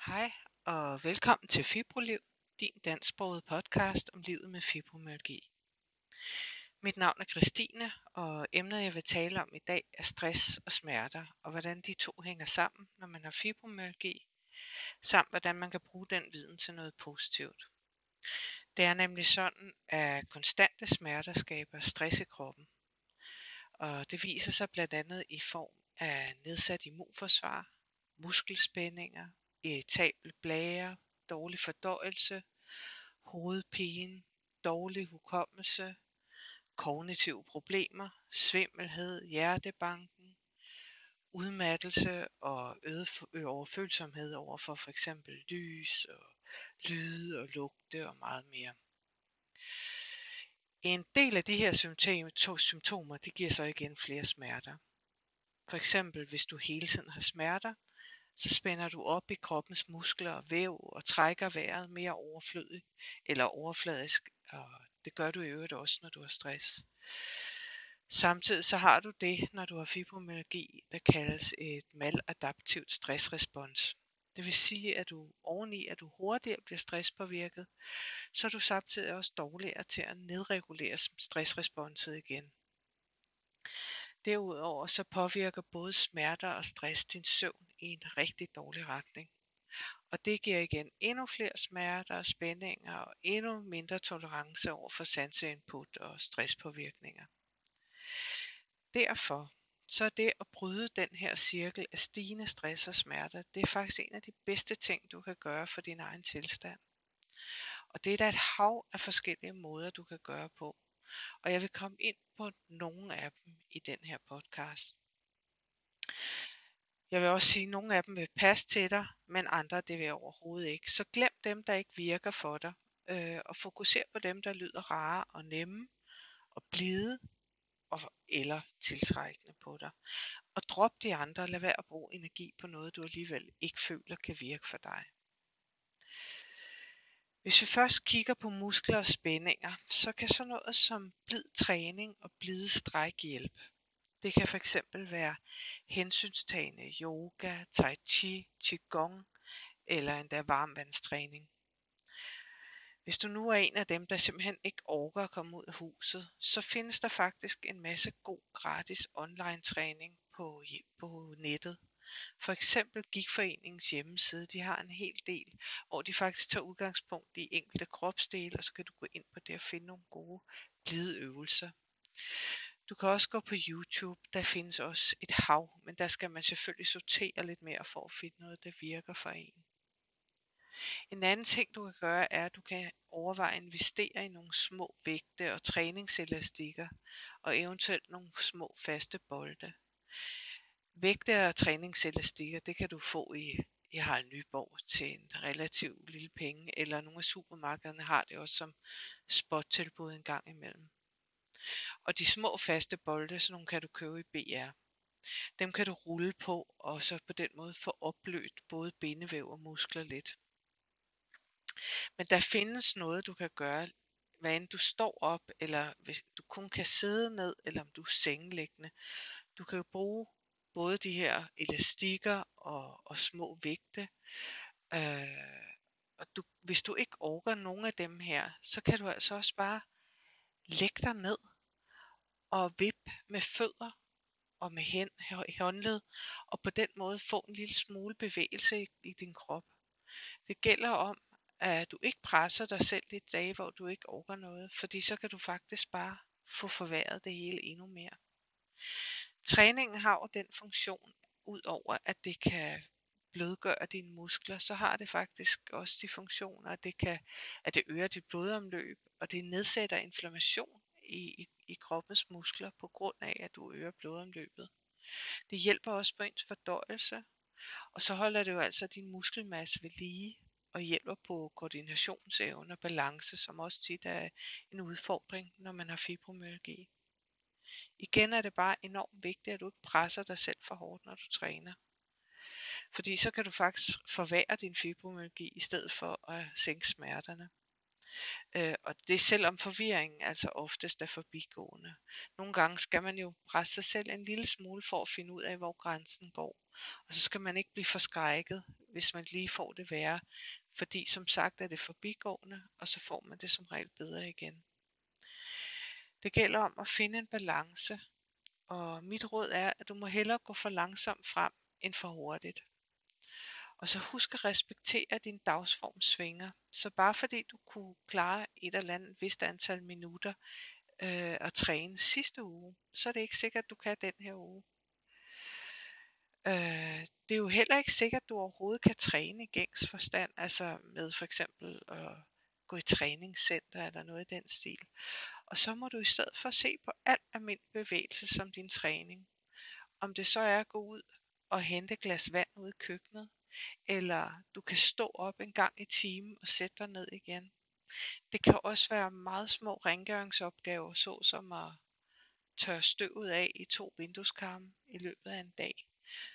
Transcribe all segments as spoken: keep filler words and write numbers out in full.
Hej og velkommen til Fibroliv, din dansksprogede podcast om livet med fibromyalgi. Mit navn er Christine, og emnet jeg vil tale om i dag er stress og smerter, og hvordan de to hænger sammen, når man har fibromyalgi, samt hvordan man kan bruge den viden til noget positivt. Det er nemlig sådan, at konstante smerter skaber stress i kroppen, og det viser sig blandt andet i form af nedsat immunforsvar, muskelspændinger, irritable blære, dårlig fordøjelse, hovedpine, dårlig hukommelse, kognitive problemer, svimmelhed, hjertebanken, udmattelse og øget overfølsomhed over for f.eks. lys og lyde og lugte og meget mere. En del af de her symptomer, de giver så igen flere smerter. For eksempel hvis du hele tiden har smerter, så spænder du op i kroppens muskler og væv og trækker vejret mere overflødigt eller overfladisk, og det gør du i øvrigt også, når du har stress. Samtidig så har du det, når du har fibromyalgi, der kaldes et maladaptivt stressrespons. Det vil sige, at du oveni, at du hurtigere bliver stresspåvirket, så er du samtidig også dårligere til at nedregulere stressresponset igen. Derudover så påvirker både smerter og stress din søvn i en rigtig dårlig retning. Og det giver igen endnu flere smerter og spændinger og endnu mindre tolerance over for sanseinput og stresspåvirkninger. Derfor så er det at bryde den her cirkel af stigende stress og smerter, det er faktisk en af de bedste ting, du kan gøre for din egen tilstand. Og det er der et hav af forskellige måder, du kan gøre på. Og jeg vil komme ind på nogle af dem i den her podcast. Jeg vil også sige, at nogle af dem vil passe til dig, men andre det vil overhovedet ikke. Så glem dem, der ikke virker for dig, øh, og fokuser på dem, der lyder rare og nemme og blide og, eller tiltrækkende på dig. Og drop de andre, lad være at bruge energi på noget, du alligevel ikke føler kan virke for dig. Hvis vi først kigger på muskler og spændinger, så kan sådan noget som blid træning og blide stræk hjælpe. Det kan fx være hensynstagende yoga, tai chi, qigong eller endda varmvandstræning. Hvis du nu er en af dem, der simpelthen ikke orker at komme ud af huset, så findes der faktisk en masse god gratis online træning på, på nettet. For eksempel Gigtforeningens hjemmeside, de har en hel del, hvor de faktisk tager udgangspunkt i enkelte kropsdele, og så kan du gå ind på det og finde nogle gode blide øvelser. Du kan også gå på YouTube, der findes også et hav, men der skal man selvfølgelig sortere lidt mere for at finde noget, der virker for en. En anden ting du kan gøre er, at du kan overveje at investere i nogle små vægte og træningselastikker, og eventuelt nogle små faste bolde. Vægte og træningselastikker, det kan du få i, i Harald Nyborg til en relativt lille penge, eller nogle af supermarkederne har det også som spottilbud en gang imellem. Og de små faste bolde, sådan nogle kan du købe i B R. Dem kan du rulle på, og så på den måde få opløst både bindevæv og muskler lidt. Men der findes noget, du kan gøre, hvad end du står op, eller hvis du kun kan sidde ned, eller om du er sengeliggende. Du kan bruge både de her elastikker og, og små vægte. Øh, og du, hvis du ikke orker nogen af dem her, så kan du altså også bare lægge dig ned og vippe med fødder og med hen, håndled, og på den måde få en lille smule bevægelse i, i din krop. Det gælder om, at du ikke presser dig selv de dage, hvor du ikke orker noget, fordi så kan du faktisk bare få forværret det hele endnu mere. Træningen har jo den funktion, udover at det kan blødgøre dine muskler, så har det faktisk også de funktioner, at det, kan, at det øger dit blodomløb, og det nedsætter inflammation i, i, i kroppens muskler på grund af, at du øger blodomløbet. Det hjælper også på ens fordøjelse, og så holder det jo altså din muskelmasse ved lige, og hjælper på koordinationsevne og balance, som også tit er en udfordring, når man har fibromyalgi. Igen er det bare enormt vigtigt, at du ikke presser dig selv for hårdt, når du træner. Fordi så kan du faktisk forværre din fibromyalgi, i stedet for at sænke smerterne. Øh, og det er selvom forvirringen altså oftest er forbigående. Nogle gange skal man jo presse sig selv en lille smule for at finde ud af, hvor grænsen går. Og så skal man ikke blive forskrækket, hvis man lige får det værre. Fordi som sagt er det forbigående, og så får man det som regel bedre igen. Det gælder om at finde en balance, og mit råd er, at du må hellere gå for langsomt frem end for hurtigt. Og så husk at respektere, at din dagsform svinger. Så bare fordi du kunne klare et eller andet vist antal minutter øh, at træne sidste uge, så er det ikke sikkert, at du kan den her uge. Øh, det er jo heller ikke sikkert, at du overhovedet kan træne i gængs forstand, altså med for eksempel at gå i træningscenter eller noget i den stil. Og så må du i stedet for se på al almindelig bevægelse som din træning. Om det så er at gå ud og hente et glas vand ude i køkkenet, eller du kan stå op en gang i timen og sætte dig ned igen. Det kan også være meget små rengøringsopgaver, såsom at tørre støvet af i to vindueskarme i løbet af en dag.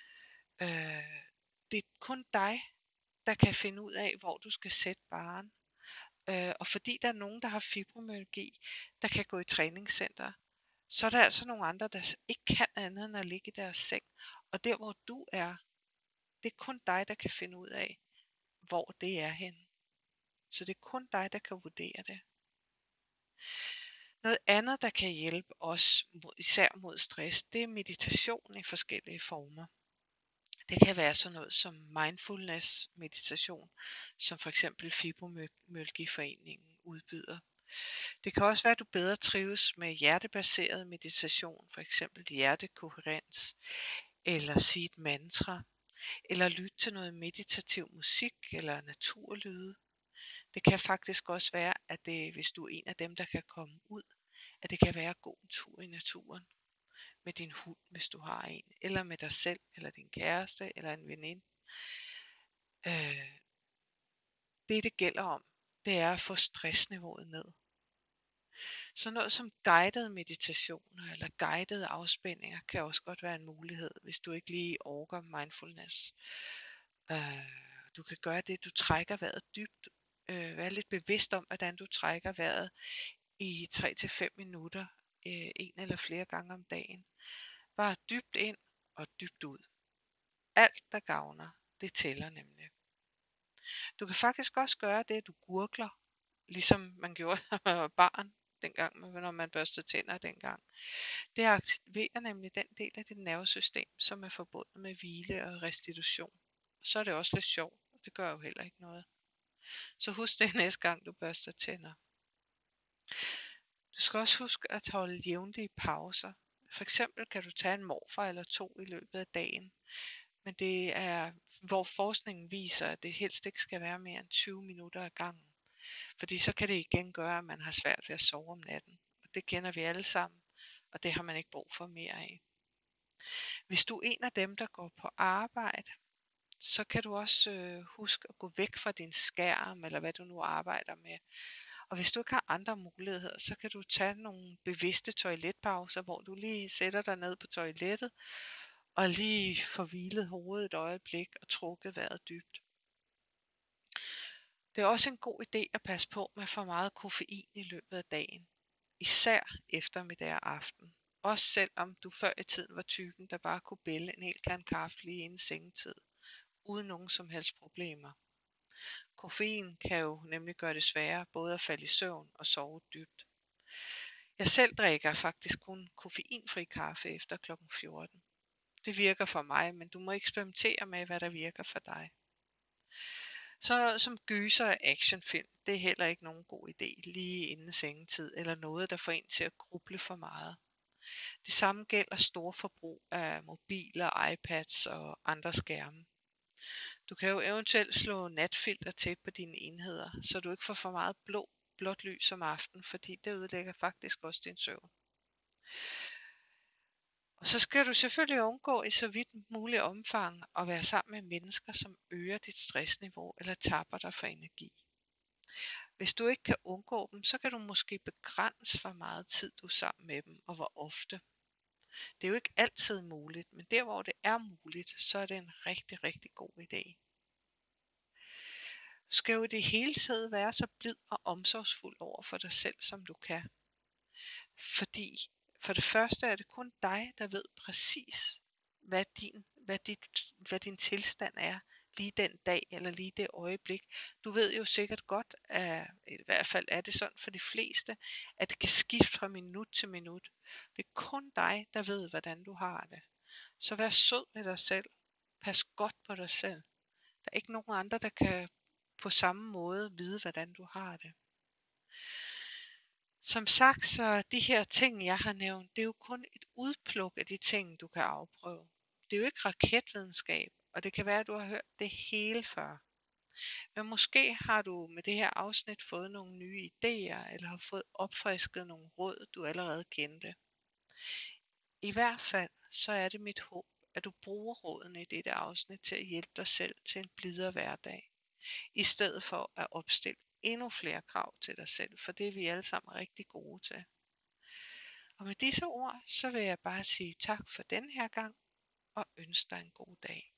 Øh, det er kun dig, der kan finde ud af, hvor du skal sætte barren. Øh, og fordi der er nogen, der har fibromyalgi, der kan gå i træningscenter, så er der altså nogle andre, der ikke kan andet end at ligge i deres seng. Og der hvor du er, det er kun dig, der kan finde ud af, hvor det er henne. Så det er kun dig, der kan vurdere det. Noget andet, der kan hjælpe os, især mod stress, det er meditation i forskellige former. Det kan være sådan noget som mindfulness meditation, som for eksempel Fibromyalgiforeningen udbyder. Det kan også være, at du bedre trives med hjertebaseret meditation, for eksempel hjertekoherens, eller sige et mantra, eller lytte til noget meditativ musik eller naturlyde. Det kan faktisk også være, at det, hvis du er en af dem, der kan komme ud, at det kan være at gå en tur i naturen med din hund, hvis du har en, eller med dig selv, eller din kæreste, eller en veninde. Øh, det det gælder om, det er at få stressniveauet ned. Så noget som guidede meditationer eller guidede afspændinger kan også godt være en mulighed, hvis du ikke lige orker mindfulness. Øh, du kan gøre det, du trækker vejret dybt. Øh, vær lidt bevidst om, hvordan du trækker vejret i tre til fem minutter, øh, en eller flere gange om dagen. Bare dybt ind og dybt ud. Alt der gavner, det tæller nemlig. Du kan faktisk også gøre det, du gurgler, ligesom man gjorde, når man var barn, dengang, når man børstede tænder dengang. Det aktiverer nemlig den del af dit nervesystem, som er forbundet med hvile og restitution. Så er det også lidt sjovt, og det gør jo heller ikke noget. Så husk det næste gang, du børster tænder. Du skal også huske at holde jævnlige pauser. For eksempel kan du tage en morfar eller to i løbet af dagen. Men det er, hvor forskningen viser, at det helst ikke skal være mere end tyve minutter ad gangen. Fordi så kan det igen gøre, at man har svært ved at sove om natten. Og det kender vi alle sammen, og det har man ikke brug for mere af. Hvis du er en af dem, der går på arbejde, så kan du også øh, huske at gå væk fra din skærm, eller hvad du nu arbejder med. Og hvis du ikke har andre muligheder, så kan du tage nogle bevidste toiletpauser, hvor du lige sætter dig ned på toilettet, og lige får hvilet hovedet et øjeblik og trukket vejret dybt. Det er også en god idé at passe på med for meget koffein i løbet af dagen, især eftermiddag og aften. Også selvom du før i tiden var typen, der bare kunne bælge en hel kan kaffe lige inden sengetid, uden nogen som helst problemer. Koffein kan jo nemlig gøre det sværere både at falde i søvn og sove dybt. Jeg selv drikker faktisk kun koffeinfri kaffe efter klokken fjorten. Det virker for mig, men du må eksperimentere med, hvad der virker for dig. Så noget som gyser og actionfilm, det er heller ikke nogen god idé lige inden sengetid, eller noget, der får en til at gruble for meget. Det samme gælder stor forbrug af mobiler, iPads og andre skærme. Du kan jo eventuelt slå natfilter til på dine enheder, så du ikke får for meget blå, blåt lys om aftenen, fordi det ødelægger faktisk også din søvn. Og så skal du selvfølgelig undgå i så vidt muligt omfang at være sammen med mennesker, som øger dit stressniveau eller tapper dig for energi. Hvis du ikke kan undgå dem, så kan du måske begrænse, hvor meget tid du er sammen med dem, og hvor ofte. Det er jo ikke altid muligt, men der hvor det er muligt, så er det en rigtig, rigtig god idé. Du skal jo i det hele taget være så blid og omsorgsfuld over for dig selv, som du kan. Fordi for det første er det kun dig, der ved præcis, hvad din, hvad dit, hvad din tilstand er lige den dag eller lige det øjeblik. Du ved jo sikkert godt, at i hvert fald er det sådan for de fleste, at det kan skifte fra minut til minut. Det er kun dig, der ved, hvordan du har det. Så vær sød ved dig selv. Pas godt på dig selv. Der er ikke nogen andre, der kan på samme måde vide, hvordan du har det. Som sagt, så de her ting, jeg har nævnt, det er jo kun et udpluk af de ting, du kan afprøve. Det er jo ikke raketvidenskab, og det kan være, at du har hørt det hele før. Men måske har du med det her afsnit fået nogle nye idéer, eller har fået opfrisket nogle råd, du allerede kendte. I hvert fald, så er det mit håb, at du bruger rådene i dette afsnit til at hjælpe dig selv til en blidere hverdag, i stedet for at opstille endnu flere krav til dig selv, for det er vi alle sammen rigtig gode til. Og med disse ord, så vil jeg bare sige tak for den her gang, og ønske dig en god dag.